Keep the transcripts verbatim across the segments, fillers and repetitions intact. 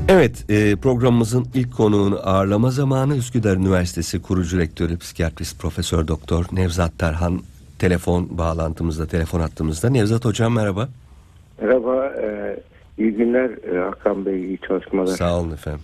Evet, e, programımızın ilk konuğunu ağırlama zamanı. Üsküdar Üniversitesi kurucu rektörü, psikiyatrist Profesör Doktor Nevzat Tarhan telefon bağlantımızda, telefon hattımızda. Nevzat Hocam merhaba. Merhaba, e, iyi günler e, Hakan Bey, iyi çalışmalar. Sağ olun efendim.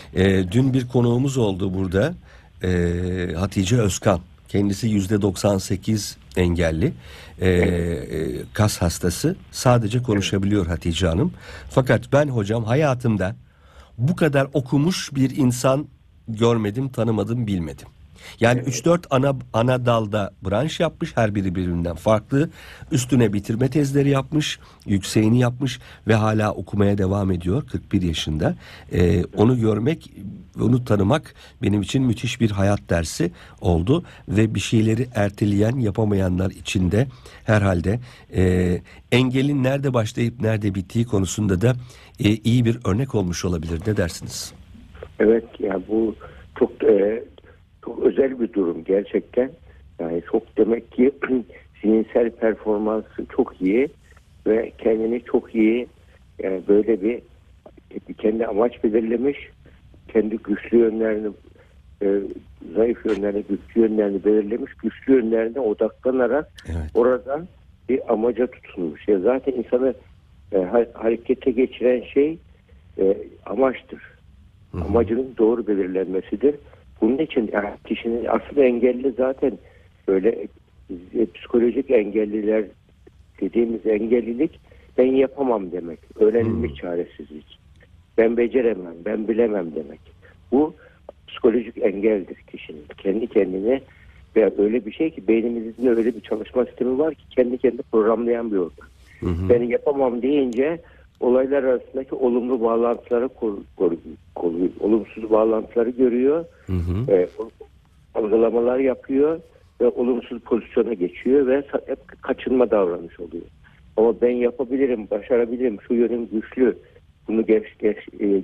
E, dün bir konuğumuz oldu burada, e, Hatice Özkan. Kendisi yüzde doksan sekiz engelli, e, e, kas hastası. Sadece konuşabiliyor Hatice Hanım. Fakat ben hocam hayatımda bu kadar okumuş bir insan görmedim, tanımadım, bilmedim. Yani Evet. üç dört ana ana dalda branş yapmış, her biri birbirinden farklı. Üstüne bitirme tezleri yapmış, yükseğini yapmış ve hala okumaya devam ediyor kırk bir yaşında. Ee, onu görmek, onu tanımak benim için müthiş bir hayat dersi oldu ve bir şeyleri erteleyen, yapamayanlar için de herhalde e, engelin nerede başlayıp nerede bittiği konusunda da e, iyi bir örnek olmuş olabilir. Ne dersiniz? Evet, yani bu çok e, çok özel bir durum gerçekten. Yani çok demek ki zihinsel performansı çok iyi ve kendini çok iyi, yani böyle bir kendi amaç belirlemiş, kendi güçlü yönlerini, e, zayıf yönlerini, güçlü yönlerini belirlemiş, güçlü yönlerine odaklanarak Evet. oradan bir amaca tutunmuş. Ya zaten insanı e, harekete geçiren şey e, amaçtır. Hı hı. Amacının doğru belirlenmesidir. Bunun için yani kişinin aslında engelli zaten böyle e, psikolojik engelliler dediğimiz engellilik ben yapamam demek. Öğrenilmiş Hmm. çaresizlik. Ben beceremem, ben bilemem demek. Bu psikolojik engeldir kişinin. Kendi kendine veya öyle bir şey ki beynimizin öyle bir çalışma sistemi var ki kendi kendine programlayan bir organ. Hı hı. Ben yapamam deyince olaylar arasındaki olumlu bağlantıları kor, kor, kor, olumsuz bağlantıları görüyor. Hı hı. E, algılamalar yapıyor ve olumsuz pozisyona geçiyor ve hep kaçınma davranış oluyor. Ama ben yapabilirim, başarabilirim, şu yönüm güçlü, bunu geç, geç,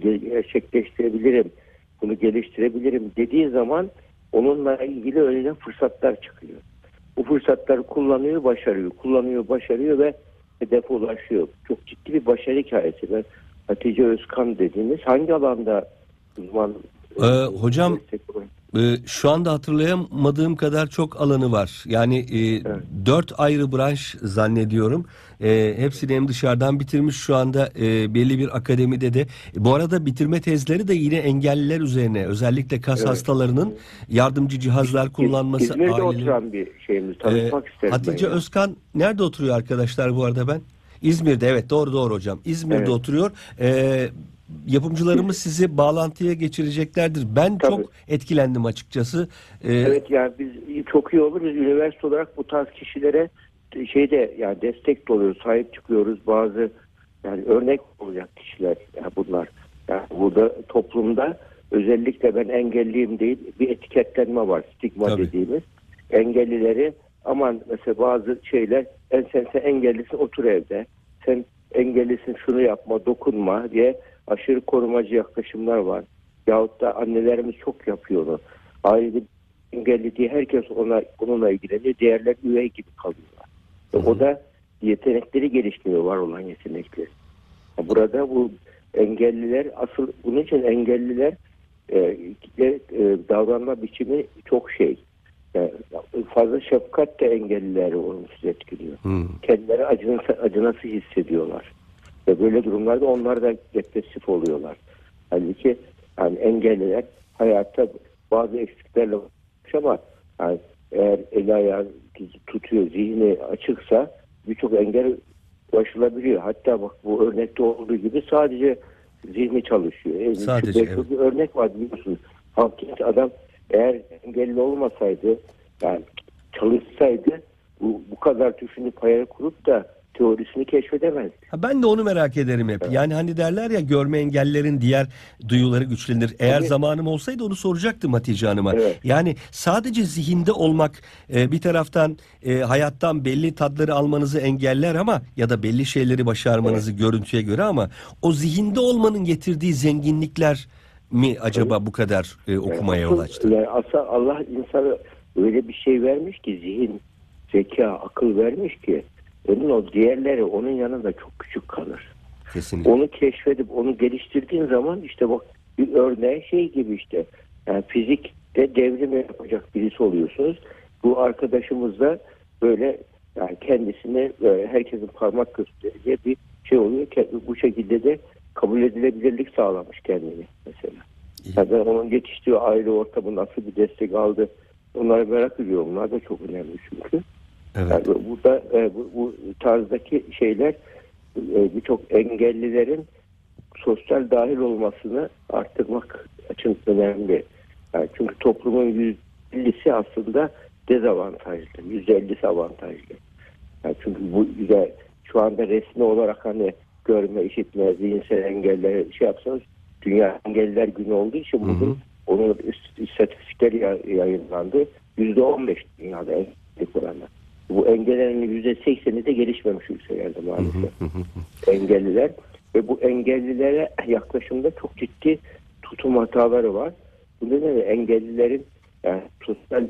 gerçekleştirebilirim, bunu geliştirebilirim dediği zaman onunla ilgili önüne fırsatlar çıkıyor. Bu fırsatları kullanıyor, başarıyor, kullanıyor, başarıyor ve hedefe ulaşıyor. Çok ciddi bir başarı hikayesi. Ben Hatice Özkan dediğiniz hangi alanda uzman? Ee, hocam e, şu anda hatırlayamadığım kadar çok alanı var. Yani e, Evet. dört ayrı branş zannediyorum. E, hepsini hem dışarıdan bitirmiş şu anda e, belli bir akademide de. E, bu arada bitirme tezleri de yine engelliler üzerine. Özellikle kas Evet. hastalarının yardımcı cihazlar kullanması. İzmir'de ailenin- oturan bir şeyimiz. Ee, Tanışmak isterim Hatice ben ya. Özkan nerede oturuyor arkadaşlar bu arada ben? İzmir'de, evet, doğru doğru hocam. İzmir'de Evet. oturuyor. Ee, yapımcılarımız sizi bağlantıya geçireceklerdir. Ben Tabii. çok etkilendim açıkçası. Ee, Evet, yani biz çok iyi olur. Biz üniversite olarak bu tarz kişilere şeyde yani destek de oluyoruz, sahip çıkıyoruz. Bazı yani örnek olacak kişiler yani bunlar. Yani burada toplumda özellikle ben engelliyim değil bir etiketlenme var, stigma Tabii. dediğimiz. Engellileri aman mesela bazı şeyler en sen, sen engellisin otur evde. Sen engellisin şunu yapma, dokunma diye aşırı korumacı yaklaşımlar var. Yahut da annelerimiz çok yapıyor onu. Ailede engelli diye herkes ona onunla ilgileniyor. Diğerler üvey gibi kalıyorlar. Hı hı. O da yetenekleri gelişmiyor, var olan yetenekleri. Burada bu engelliler asıl bunun için engelliler e, e, davranma biçimi çok şey. Yani fazla şefkat de engellileri olumsuz etkiliyor. Hmm. Kendileri acınası, acınası hissediyorlar. Ve böyle durumlarda onlar da depresif oluyorlar. Halbuki yani engelliler hayatta bazı eksiklerle olmuş ama yani eğer eli ayağı tutuyor, zihni açıksa birçok engel ulaşılabiliyor. Hatta bak bu örnekte olduğu gibi sadece zihni çalışıyor. Yani sadece şu evet. Bir örnek var biliyorsunuz. Hakikaten adam eğer engelli olmasaydı yani çalışsaydı bu, bu kadar düşünüp hayal kurup da teorisini keşfedemez. Ha, ben de onu merak ederim hep. Evet. Yani hani derler ya görme engellerin diğer duyuları güçlenir. Eğer Tabii. zamanım olsaydı onu soracaktım Hatice Hanım'a. Evet. Yani sadece zihinde olmak e, bir taraftan e, hayattan belli tadları almanızı engeller ama ya da belli şeyleri başarmanızı evet. görüntüye göre ama o zihinde olmanın getirdiği zenginlikler mi acaba evet. bu kadar e, okumaya yani yol açtı? Yani aslında Allah insana öyle bir şey vermiş ki zihin, zeka, akıl vermiş ki onun o diğerleri onun yanında çok küçük kalır. Kesinlikle. Onu keşfedip onu geliştirdiğin zaman işte bak bir örneğin şey gibi işte yani fizikte devrim yapacak birisi oluyorsunuz. Bu arkadaşımız da böyle yani kendisine böyle herkesin parmak göstereceği bir şey oluyor. Bu şekilde de kabul edilebilirlik sağlamış kendini mesela. Yani ben onun yetiştiği aile ortamı nasıl bir destek aldı onları merak ediyorum. Onlar da çok önemli çünkü. Evet. Yani burada e, bu, bu tarzdaki şeyler e, birçok engellilerin sosyal dahil olmasını arttırmak için önemli. Yani çünkü toplumun yüzde ellisi aslında dezavantajlı. yüzde ellisi avantajlı. Yani çünkü bu güzel şu anda resmi olarak hani görme, işitme, zihinsel engeller şey yapsanız Dünya Engelliler Günü olduğu için bugün hı hı. onun istatistikleri yayınlandı. yüzde on beş dünyada engellilik oranı. Bu engellerin yüzde sekseni de gelişmemiş ülkelerde maalesef. Engelliler ve bu engellilere yaklaşımda çok ciddi tutum hataları var. Bu nedenle engellilerin yani sosyal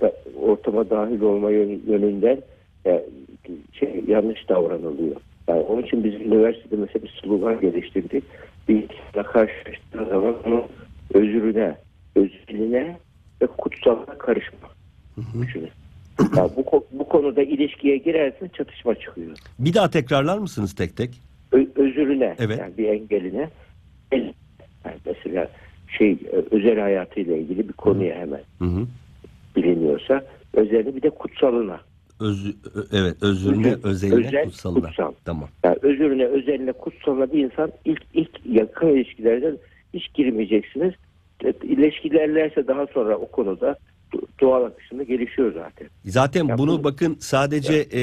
ortama dahil olma yönünden yani şey, yanlış davranılıyor. Yani onun için biz üniversitede mesela bir slogan geliştirdik. Bir insanla karşılaştığı zaman onun özrüne, özgürlüğüne ve kutsalına karışma. Düşünün. Yani bu, bu konuda ilişkiye girerse çatışma çıkıyor. Bir daha tekrarlar mısınız tek tek? Ö, özürüne, evet. Yani bir engeline. Yani mesela şey özel hayatıyla ilgili bir konuya hemen hı hı. biliniyorsa özellikle bir de kutsalına. Öz, evet, özürüne, Özür, özeline, özel, kutsalına. Kutsal. Tamam. Yani özürüne, özeline, kutsalına bir insan ilk ilk yakın ilişkilerden hiç girmeyeceksiniz. İlişkilerlerse daha sonra o konuda doğal akışında gelişiyor zaten. Zaten yani bunu bu, bakın sadece e,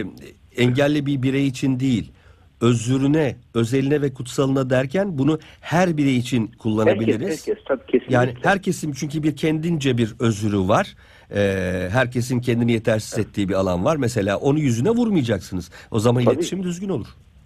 engelli bir birey için değil, özürüne, özeline ve kutsalına derken bunu her birey için kullanabiliriz. Herkes, herkes tabii kesinlikle. Yani herkesin çünkü bir kendince bir özürü var. Ee, herkesin kendini yetersiz ettiği bir alan var. Mesela onu yüzüne vurmayacaksınız. O zaman tabii. iletişim düzgün olur.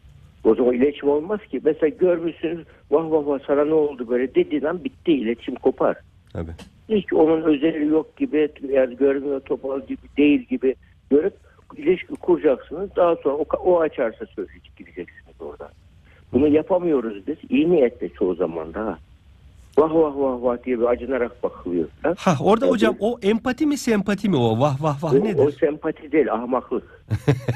O zaman iletişim olmaz ki. Mesela görmüşsünüz vah vah vah sana ne oldu böyle dediğin an bitti, iletişim kopar. Tabii. Hiç onun özeli yok gibi yani görmüyor topal gibi değil gibi görüp ilişki kuracaksınız. Daha sonra o, o açarsa söyleyecek gideceksiniz orada. Bunu yapamıyoruz biz. İyi niyetle çoğu zaman daha. Vah vah vah vah diye bir acınarak bakılıyor. Ha, ha orada yani hocam bu, o empati mi sempati mi o vah vah vah o, nedir? O sempati değil, ahmaklık.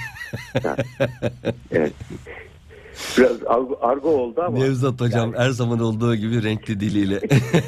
Evet. Biraz argo, argo oldu ama. Nevzat hocam yani. Her zaman olduğu gibi renkli diliyle.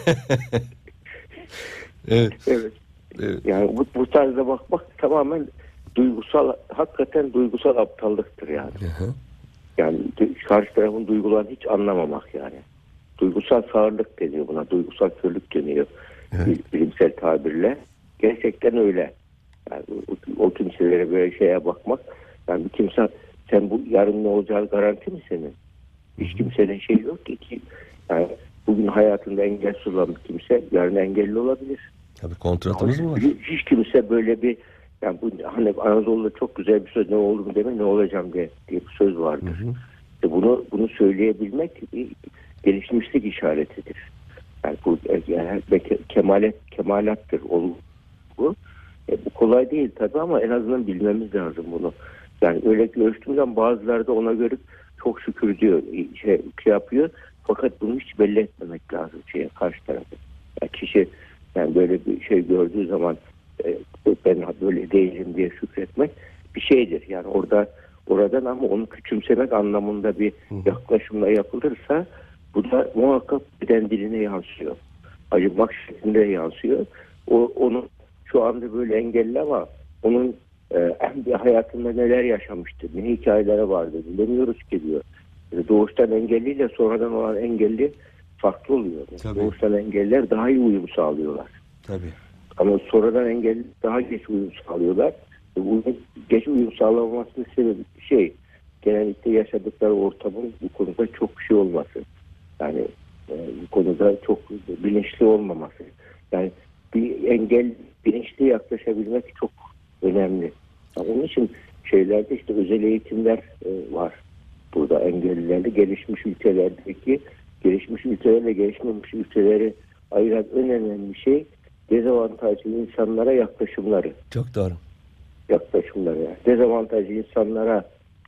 evet. Evet. Evet. Yani bu, bu tarzda bakmak tamamen duygusal, hakikaten duygusal aptallıktır yani. Hı hı. Yani karşı tarafın duygularını hiç anlamamak yani. Duygusal sağırlık deniyor buna, duygusal körlük deniyor evet. Bilimsel tabirle. Gerçekten öyle. Yani o, o kimselere böyle şeye bakmak. Yani bir kimse, sen bu yarın ne olacağı garanti mi senin? Hiç kimsenin şey yok ki. ki yani bugün hayatında engelsiz olan bir kimse yarın engelli olabilir. Tabii kontratımız mı var? Hiç kimse böyle bir yani bu hani Anadolu'da çok güzel bir söz, ne olurum deme ne olacağım diye, diye bir söz vardır. Hı hı. İşte bunu bunu söyleyebilmek bir gelişmişlik işaretidir. Yani bu yani kemalet kemalattır olgu. Bu. E, bu kolay değil tabii ama en azından bilmemiz lazım bunu. Yani öyle görüştüğümden bazıları da ona göre çok şükür diyor, şey, şey yapıyor. Fakat bunu hiç belli etmemek lazım şeye karşı tarafı. Yani kişi yani böyle bir şey gördüğü zaman e, ben böyle değilim diye şükretmek bir şeydir. Yani orada oradan ama onu küçümsemek anlamında bir yaklaşımla yapılırsa bu da muhakkak beden diline yansıyor. Acımak şeklinde yansıyor. O onu şu anda böyle engelli ama onun e, bir hayatında neler yaşamıştır, ne hikayeleri vardır bilemiyoruz ki diyor. Yani doğuştan engelliyle sonradan olan engelli farklı oluyor. Tabii. Doğuştan engelliler daha iyi uyum sağlıyorlar. Tabii. Ama sonradan engelli daha geç uyum sağlıyorlar. Bu geç uyum sağlamamasının sebebi şey, genellikle yaşadıkları ortamın bu konuda çok bir şey olması. Yani e, bu konuda çok bilinçli olmaması. Yani bir engel bilinçli yaklaşabilmek çok önemli. Yani onun için şeylerde işte özel eğitimler e, var. Burada engellilerde gelişmiş ülkelerdeki gelişmiş ülkelerle gelişmemiş ülkeleri ayıran en önemli şey dezavantajlı insanlara yaklaşımları. Çok doğru. Yaklaşımları. Yani. Dezavantajlı insanlara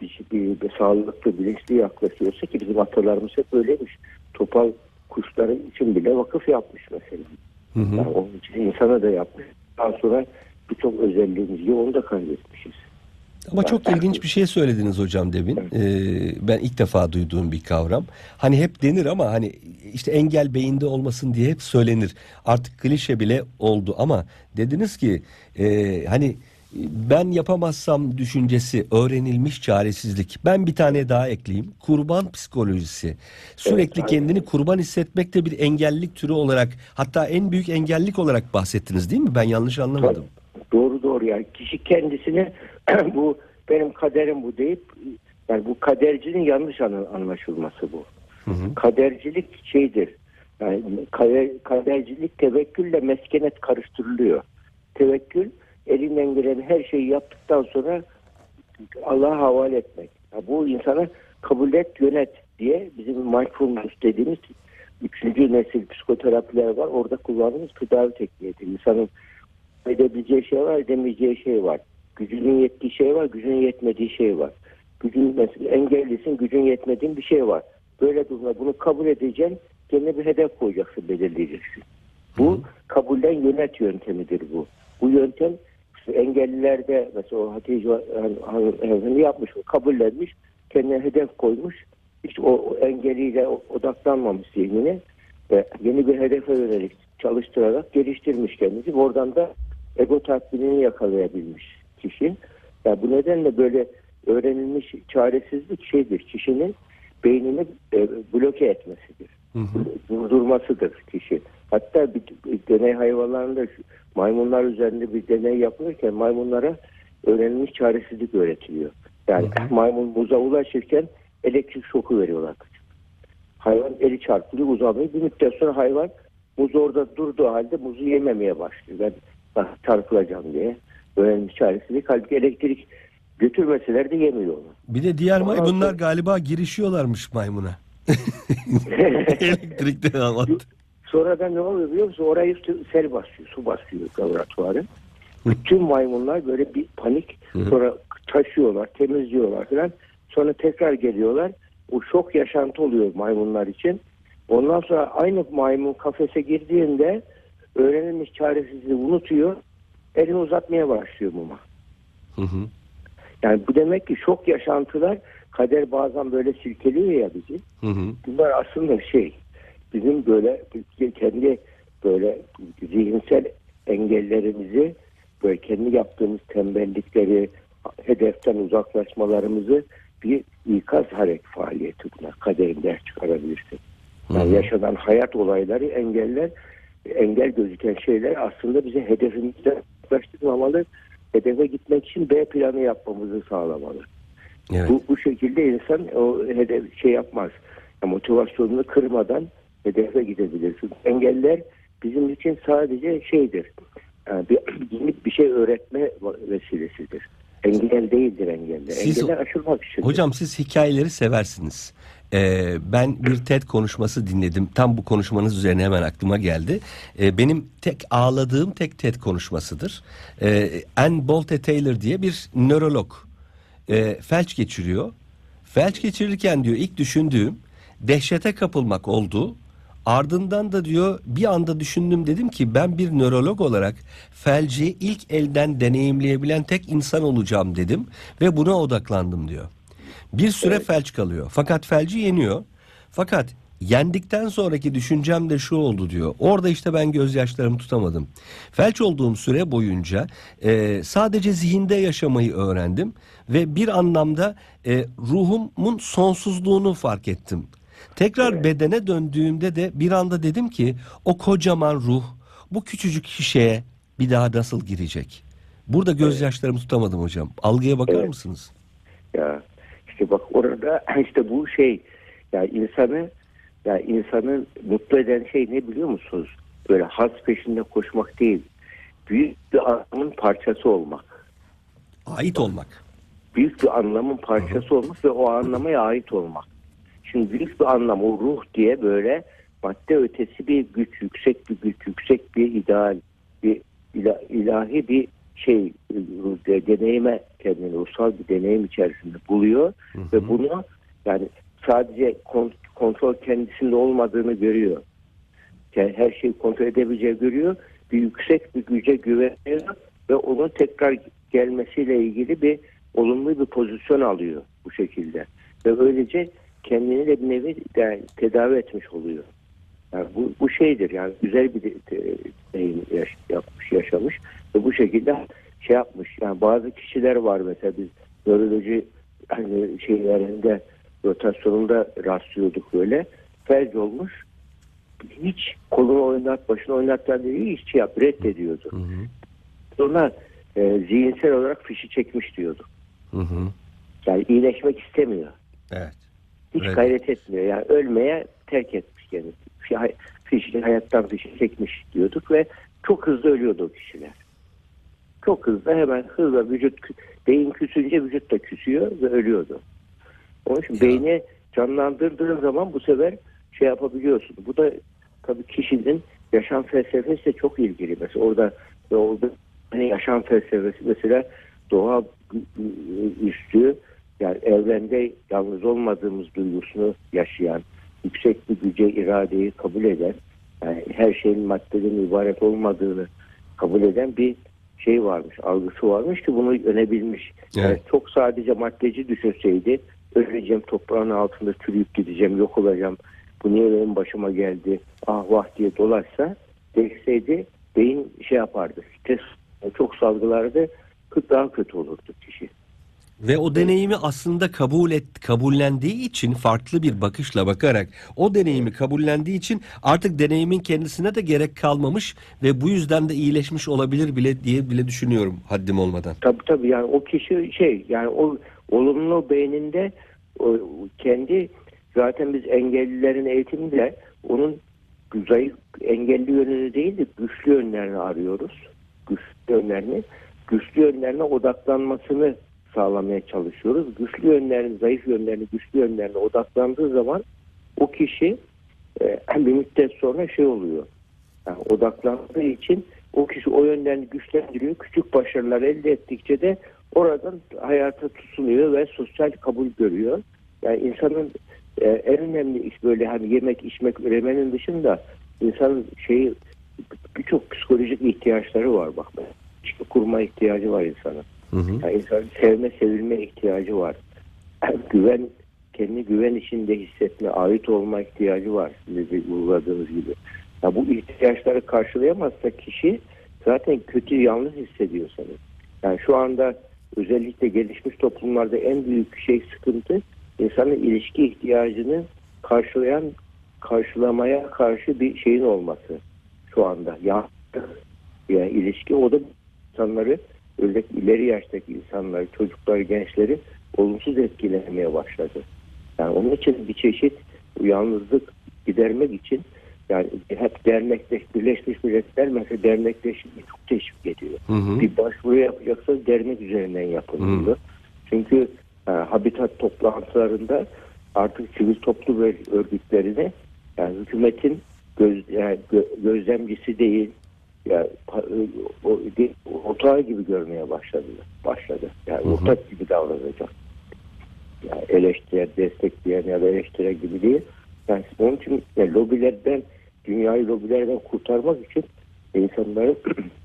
bir, bir, bir sağlıklı, bilinçli yaklaşıyorsa, ki bizim atalarımız hep öyleymiş. Topal kuşları için bile vakıf yapmış mesela. Hı hı. Yani onun için insana da yapmış. Daha sonra birçok özelliğimizi onu da kaybetmişiz. Ama çok ilginç bir şey söylediniz hocam demin. Ee, ben ilk defa duyduğum bir kavram. Hani hep denir ama hani işte engel beyinde olmasın diye hep söylenir. Artık klişe bile oldu ama dediniz ki e, hani ben yapamazsam düşüncesi, öğrenilmiş çaresizlik. Ben bir tane daha ekleyeyim. Kurban psikolojisi. Sürekli Evet, kendini kurban hissetmek de bir engellilik türü olarak, hatta en büyük engellik olarak bahsettiniz değil mi? Ben yanlış anlamadım. Doğru doğru, yani kişi kendisini bu benim kaderim bu deyip, yani bu kadercinin yanlış anlaşılması bu. Hı hı. Kadercilik şeydir. Yani kader, kadercilik tevekkülle meskenet karıştırılıyor. Tevekkül elinden gelen her şeyi yaptıktan sonra Allah'a havale etmek. Ya bu insana kabul et, yönet diye bizim mindfulness dediğimiz üçüncü nesil psikoterapiler var. Orada kullandığımız tedavi tekniğidir. İnsanın edebileceği şey var, edemeyeceği şey var. Gücünün yettiği şey var, gücünün yetmediği şey var. Gücün, mesela engellisin, gücün yetmediğin bir şey var. Böyle durumda bunu kabul edeceksin, kendine bir hedef koyacaksın, belirleyeceksin. Bu hı hı. kabulden yönet yöntemidir bu. Bu yöntem işte engellilerde mesela o Hatice Hanım yapmış, kabullenmiş, kendine hedef koymuş. Hiç o, o engeliyle odaklanmamış zihnine ve yeni bir hedefe yönelik çalıştırarak geliştirmiş kendisi. Oradan da ego tatminini yakalayabilmiş kişi. Yani bu nedenle böyle öğrenilmiş çaresizlik şeydir. Kişinin beynini e, bloke etmesidir. Hı hı. Durdurmasıdır kişi. Hatta bir, bir deney hayvanlarında maymunlar üzerinde bir deney yapılırken maymunlara öğrenilmiş çaresizlik öğretiliyor. Yani hı hı. maymun muza ulaşırken elektrik şoku veriyorlar. Hayvan eli çarpılıyor, uzamıyor. Bir müddet sonra hayvan muz orada durduğu halde muzu yememeye başlıyor. Ben bak, çarpılacağım diye. Öğrenilmiş çaresizlik. Halbuki elektrik götürmeseler de yemiyor onu. Bir de diğer maymunlar sonra galiba girişiyorlarmış maymuna. Elektrikte havalı. Sonradan ne oluyor biliyor musun? Orayı sel basıyor, su basıyor laboratuvarın. Bütün maymunlar böyle bir panik, sonra taşıyorlar, temizliyorlar falan. Sonra tekrar geliyorlar. O şok yaşantı oluyor maymunlar için. Ondan sonra aynı maymun kafese girdiğinde öğrenilmiş çaresizliği unutuyor. Elini uzatmaya başlıyor muma. Hı hı. Yani bu demek ki şok yaşantılar, kader bazen böyle silkeliyor ya bizi. Hı hı. Bunlar aslında şey, bizim böyle kendi böyle zihinsel engellerimizi, böyle kendi yaptığımız tembellikleri, hedeften uzaklaşmalarımızı bir ikaz hareket faaliyeti bunlar. Kaderin ders çıkarabilirsek. Yani hı hı. yaşanan hayat olayları, engeller, engel gözüken şeyler aslında bize hedefimizden uzaklaştırmamalı. Hedefe gitmek için B planı yapmamızı sağlamalı. Evet. Bu, bu şekilde insan o hedef şey yapmaz. Yani motivasyonunu kırmadan hedefe gidebilir. Çünkü engeller bizim için sadece şeydir. Yani bir, bir şey öğretme vesilesidir. Engel değildir engeller. Siz, engeller aşılmak için. Hocam siz hikayeleri seversiniz. Ee, ben bir TED konuşması dinledim. Tam bu konuşmanız üzerine hemen aklıma geldi. Ee, benim tek ağladığım tek TED konuşmasıdır. Ee, Ann Bolte Taylor diye bir nörolog e, felç geçiriyor. Felç geçirirken diyor ilk düşündüğüm dehşete kapılmak oldu. Ardından da diyor bir anda düşündüm, dedim ki ben bir nörolog olarak felci ilk elden deneyimleyebilen tek insan olacağım dedim ve buna odaklandım diyor. Bir süre evet. felç kalıyor fakat felci yeniyor. Fakat yendikten sonraki düşüncem de şu oldu diyor. Orada işte ben gözyaşlarımı tutamadım. Felç olduğum süre boyunca e, sadece zihinde yaşamayı öğrendim ve bir anlamda e, ruhumun sonsuzluğunu fark ettim. Tekrar evet. bedene döndüğümde de bir anda dedim ki o kocaman ruh bu küçücük şişeye bir daha nasıl girecek? Burada gözyaşlarımı evet. tutamadım hocam. Algıya bakar evet. mısınız? Ya işte bak orada işte bu şey, yani insanı ya insanı mutlu eden şey ne biliyor musunuz? Böyle haz peşinde koşmak değil. Büyük bir anlamın parçası olmak. Ait olmak. Büyük bir anlamın parçası Hı-hı. olmak ve o anlamaya ait olmak. Şimdi büyük bir anlam, o ruh diye böyle madde ötesi bir güç, yüksek bir güç, yüksek bir ideal, bir ilahi bir şey de, deneyime kendini ruhsal bir deneyim içerisinde buluyor hı hı. ve bunu yani sadece kont- kontrol kendisinde olmadığını görüyor. Yani her şeyi kontrol edebileceği görüyor. Bir yüksek bir güce güveniyor ve onun tekrar gelmesiyle ilgili bir olumlu bir pozisyon alıyor bu şekilde. Ve böylece kendini de bir nevi de tedavi etmiş oluyor. Yani bu, bu şeydir yani güzel bir deneyim yaş, yapmış, yaşamış ve bu şekilde şey yapmış. Yani bazı kişiler var mesela biz nöroloji hani şeylerinde rotasyonunda rastlıyorduk böyle. Felç olmuş. Hiç kolunu oynat, başını oynattan değil hiç şey yap, reddediyordu. Hı hı. Sonra e, zihinsel olarak fişi çekmiş diyordu. Hı hı. Yani iyileşmek istemiyor. Evet. Hiç Red- gayret etmiyor. Yani ölmeye terk etmiş kendisi. Fi- Fişi, hayattan fişi çekmiş diyorduk ve çok hızlı ölüyordu o kişiler. Çok hızlı hemen hızla vücut beyin küsünce vücut da küsüyor ve ölüyordu. Onun için Ya. beyni canlandırdığın zaman bu sefer şey yapabiliyorsun. Bu da tabii kişinin yaşam felsefesi de çok ilgili. Mesela orada orada hani yaşam felsefesi mesela doğa üstü yani evrende yalnız olmadığımız duygusunu yaşayan, yüksek bir güce iradeyi kabul eden, yani her şeyin maddeden ibaret olmadığını kabul eden bir şey varmış, algısı varmış ki bunu yönebilmiş. Yani Evet. çok sadece maddeci düşünseydi, öleceğim, toprağın altında çürüyüp gideceğim, yok olacağım, bu niye benim başıma geldi, ah vah diye dolaşsa, deseydi beyin şey yapardı, stres çok salgılardı, daha kötü olurdu kişi. Ve o deneyimi aslında kabul et, kabullendiği için farklı bir bakışla bakarak o deneyimi kabullendiği için artık deneyimin kendisine de gerek kalmamış ve bu yüzden de iyileşmiş olabilir bile diye bile düşünüyorum haddim olmadan. Tabii tabii yani o kişi şey yani o olumlu beyninde o, kendi zaten biz engellilerin eğitiminde onun zayıf engelli yönünü değil de güçlü yönlerini arıyoruz. Güçlü yönlerini, güçlü yönlerine odaklanmasını sağlamaya çalışıyoruz. Güçlü yönlerini, zayıf yönlerini, güçlü yönlerine odaklandığı zaman o kişi e, bir müddet sonra şey oluyor. Yani odaklandığı için o kişi o yönlerini güçlendiriyor. Küçük başarılar elde ettikçe de oradan hayata tutunuyor ve sosyal kabul görüyor. Yani insanın e, en önemli iş böyle hani yemek, içmek, üremenin dışında insanın şeyi birçok psikolojik ihtiyaçları var bak. İlişki kurma ihtiyacı var insanın. Hı hı. Yani insanın sevme, sevilme ihtiyacı var. Yani güven, kendi güven içinde hissetme, ait olma ihtiyacı var. Sizin vurguladığınız gibi. Ya bu ihtiyaçları karşılayamazsa kişi zaten kötü, yalnız hissediyor sanırım. Yani şu anda özellikle gelişmiş toplumlarda en büyük şey sıkıntı insanın ilişki ihtiyacını karşılayan, karşılamaya karşı bir şeyin olması şu anda. Ya, yani ilişki o da insanları özellikle ileri yaştaki insanları, çocukları, gençleri olumsuz etkilemeye başladı. Yani onun için bir çeşit yalnızlık gidermek için yani hep dernekleş, Birleşmiş Milletler mesela dernekleşmeyi çok teşvik ediyor. Hı hı. Bir başvuru yapacaksanız dernek üzerinden yapın Hı. diyor. Çünkü e, habitat toplantılarında artık sivil toplum örgütlerine yani hükümetin göz, yani gö- gözlemcisi değil yani o, o, ortağı gibi görmeye başladı. Başladı. Yani Hı hı. ortak gibi davranacak. Yani eleştiren, destekleyen ya da eleştiren gibi değil. Yani onun için yani lobilerden, dünyayı lobilerden kurtarmak için insanların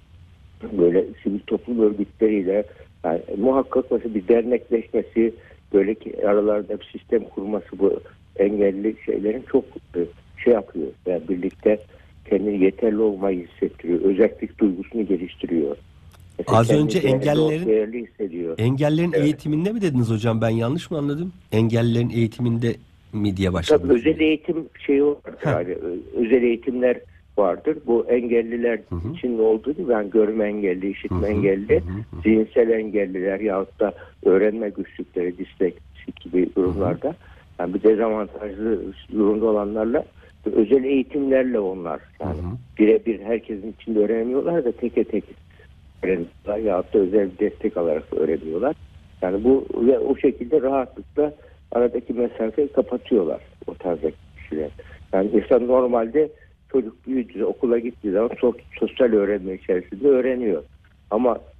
böyle sivil toplum örgütleriyle yani muhakkak mesela bir dernekleşmesi, böyle ki aralarında bir sistem kurması bu engelli şeylerin çok şey yapıyor. Yani birlikte kendini yeterli olmayı hissettiriyor. Özellik duygusunu geliştiriyor. Mesela Az kendini önce değerli, engellilerin değerli hissediyor. engellilerin Evet. eğitiminde mi dediniz hocam? Ben yanlış mı anladım? Engellilerin eğitiminde mi diye Tabii başladınız? özel eğitim şeyi vardır. Heh. Yani özel eğitimler vardır. Bu engelliler Hı hı. için olduğu gibi yani görme engelli, işitme Hı hı, engelli, hı hı, hı. zihinsel engelliler yahut da öğrenme güçlükleri, disleksi gibi durumlarda yani bir dezavantajlı durumda olanlarla özel eğitimlerle onlar yani Hı hı. birebir herkesin içinde öğrenemiyorlar da teke tek öğreniyorlar yahut da özel bir destek alarak öğreniyorlar. Yani bu ve o şekilde rahatlıkla aradaki mesafeyi kapatıyorlar o tarzdaki kişiler. Yani insan normalde çocuk büyüdüğü okula gittiği zaman so- sosyal öğrenme içerisinde öğreniyor. Ama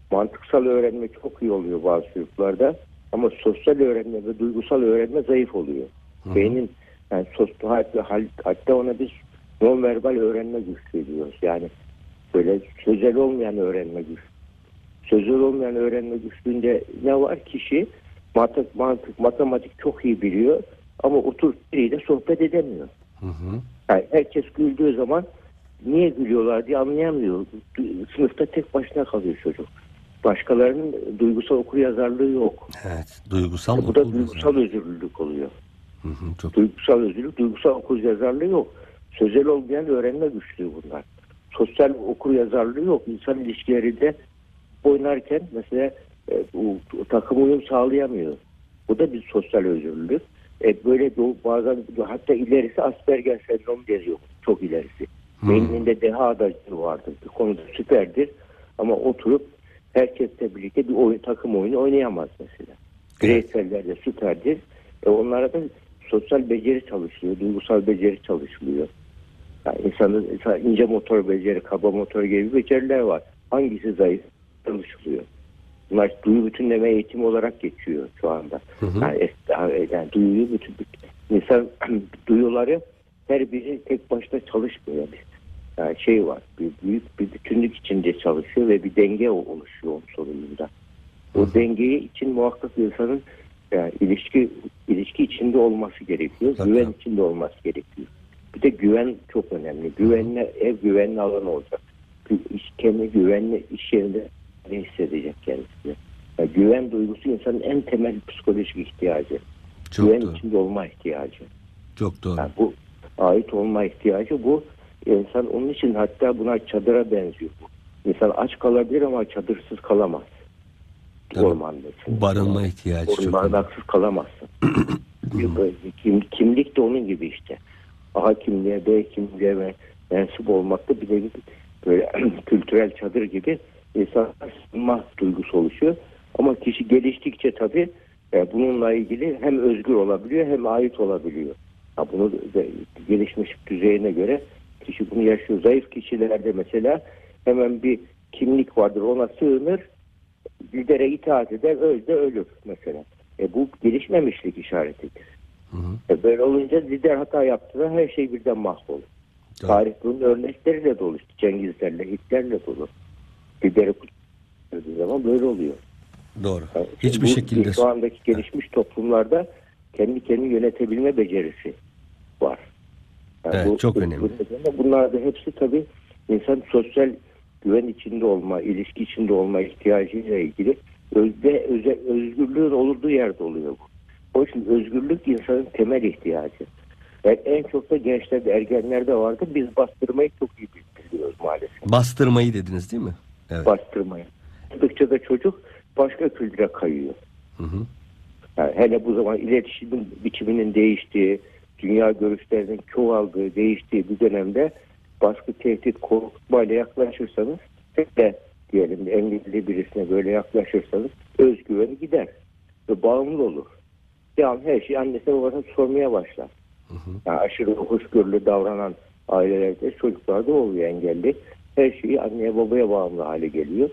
mantıksal öğrenme çok iyi oluyor bazı çocuklarda ama sosyal öğrenme ve duygusal öğrenme zayıf oluyor. Hı-hı. Beynin yani sosyal, hatta ona biz non-verbal öğrenme güçlüğü diyoruz. Yani böyle sözel olmayan öğrenme güçlüğü. Sözel olmayan öğrenme güçlüğünde ne var? Kişi mantık, mantık, matematik çok iyi biliyor ama oturup biriyle sohbet edemiyor. Hı hı. Yani herkes güldüğü zaman niye gülüyorlar diye anlayamıyor. Sınıfta tek başına kalıyor çocuk. Başkalarının duygusal okuryazarlığı yok. Evet, duygusal Bu da duygusal özürlülük oluyor. Hı hı, çok... Duygusal özürlülük, duygusal okuryazarlığı yok. Sözel olmayan öğrenme güçlüğü bunlar. Sosyal okuryazarlığı yok. İnsan ilişkilerinde oynarken mesela e, o, o, takım uyum sağlayamıyor. Bu da bir sosyal özürlülük. E, böyle bazen hatta ilerisi Asperger sendromu diyor. Çok ilerisi. Hmm. Beyninde deha adacılığı vardır. Bir konuda süperdir. Ama oturup herkesle birlikte bir oyun, takım oyunu oynayamaz mesela. Bireysellerde süperdir. E, onlara da sosyal beceri çalışılıyor. Duygusal beceri çalışılıyor. Yani insanın insan, ince motor beceri, kaba motor gibi beceriler var. Hangisi zayıf çalışılıyor. Bunlar duyu bütünleme eğitimi olarak geçiyor şu anda. Hı hı. Yani, yani duyuyu bütün, bütün insan duyuları her biri tek başına çalışmıyor. Yani şey var, bir büyük bir bütünlük içinde çalışıyor ve bir denge oluşuyor onun sonunda. O hı hı. dengeyi için muhakkak insanın yani ilişki ilişki içinde olması gerekiyor. Zaten. Güven içinde olması gerekiyor. Bir de güven çok önemli. Güvenli ev, güvenli alan olacak. Kendi güvenli iş yerinde ne hissedecek kendisini. Yani güven duygusu insanın en temel psikolojik ihtiyacı. Çok güven doğru. içinde olma ihtiyacı. Çok doğru. Yani bu ait olma ihtiyacı bu. İnsan onun için hatta buna çadıra benziyor bu. İnsan aç kalabilir ama çadırsız kalamaz. Tabii. Ormanda. Barınma ihtiyacı çok önemli. Bardaksız kalamazsın. Kim, kimlik de onun gibi işte. A kimliğe, B kimliğe ve mensup olmakta bir de böyle kültürel çadır gibi insan sığınma duygusu oluşuyor. Ama kişi geliştikçe tabii e, bununla ilgili hem özgür olabiliyor hem ait olabiliyor. Ha, bunu de, gelişmiş düzeyine göre kişi bunu yaşıyor. Zayıf kişilerde mesela hemen bir kimlik vardır, ona sığınır, lidere itaat eder, öl de ölür mesela. E, bu gelişmemişlik işaretidir. Hı hı. E, böyle olunca lider hata yaptığında her şey birden mahvolur. Evet. Tarih bunun örnekleriyle dolu. İşte Cengizlerle, Hitler'le dolu. Lideri kutladığı zaman böyle oluyor. Doğru. Yani Hiçbir bu, şekilde. Şu andaki gelişmiş evet. toplumlarda kendi kendini yönetebilme becerisi var. Yani evet, bu, çok bu, önemli. Bu, bunlar da hepsi tabii insan sosyal güven içinde olma, ilişki içinde olma ihtiyacıyla ilgili özde, öze, özgürlüğün olduğu yerde oluyor bu. O için özgürlük insanın temel ihtiyacı. Yani en çok da gençlerde, ergenlerde vardı. Biz bastırmayı çok iyi biliyoruz maalesef. Bastırmayı dediniz değil mi? Evet. Bastırmayı. Bastırdıkça da çocuk başka kültüre kayıyor. Hı hı. Yani hele bu zaman iletişim biçiminin değiştiği, dünya görüşlerinin çoğaldığı, değiştiği bir dönemde baskı, tehdit, korkutmayla yaklaşırsanız ve diyelim engelli birisine böyle yaklaşırsanız özgüveni gider ve bağımlı olur. Yani her şeyi annesine babasına sormaya başlar. Hı hı. Yani aşırı hoşgörülü davranan ailelerde çocuklarda oluyor engelli. Her şeyi anneye babaya bağımlı hale geliyor.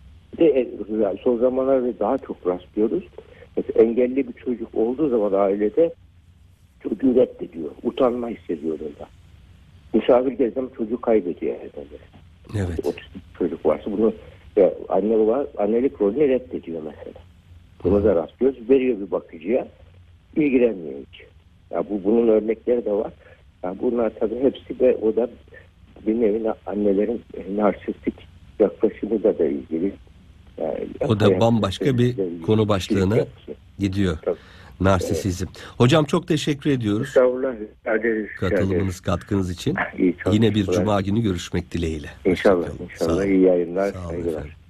De yani son zamanlarda daha çok rastlıyoruz. Mesela engelli bir çocuk olduğu zaman ailede çocuğu reddediyor. Utanma hissediyor orada. Misafir gezdim çocuğu kaybediyor. Evet. Otistik çocuk varsa bunu ya anne baba annelik rolünü reddediyor mesela. Buna da rastlıyoruz. Veriyor bir bakıcıya. İlgilenmiyor hiç. Ya bu bunun örnekleri de var. Ya bunlar tabii hepsi de o da bir nevi annelerin narsistik yaklaşımı da da ilgili. Yani o da bambaşka bir konu başlığına gidiyor. Tabii. Narsisizm. Evet. Hocam çok teşekkür ediyoruz. Estağfurullah. Katılımınız, katkınız için. Yine bir cuma günü görüşmek dileğiyle. İnşallah. İnşallah. İyi yayınlar. Sağ olun efendim.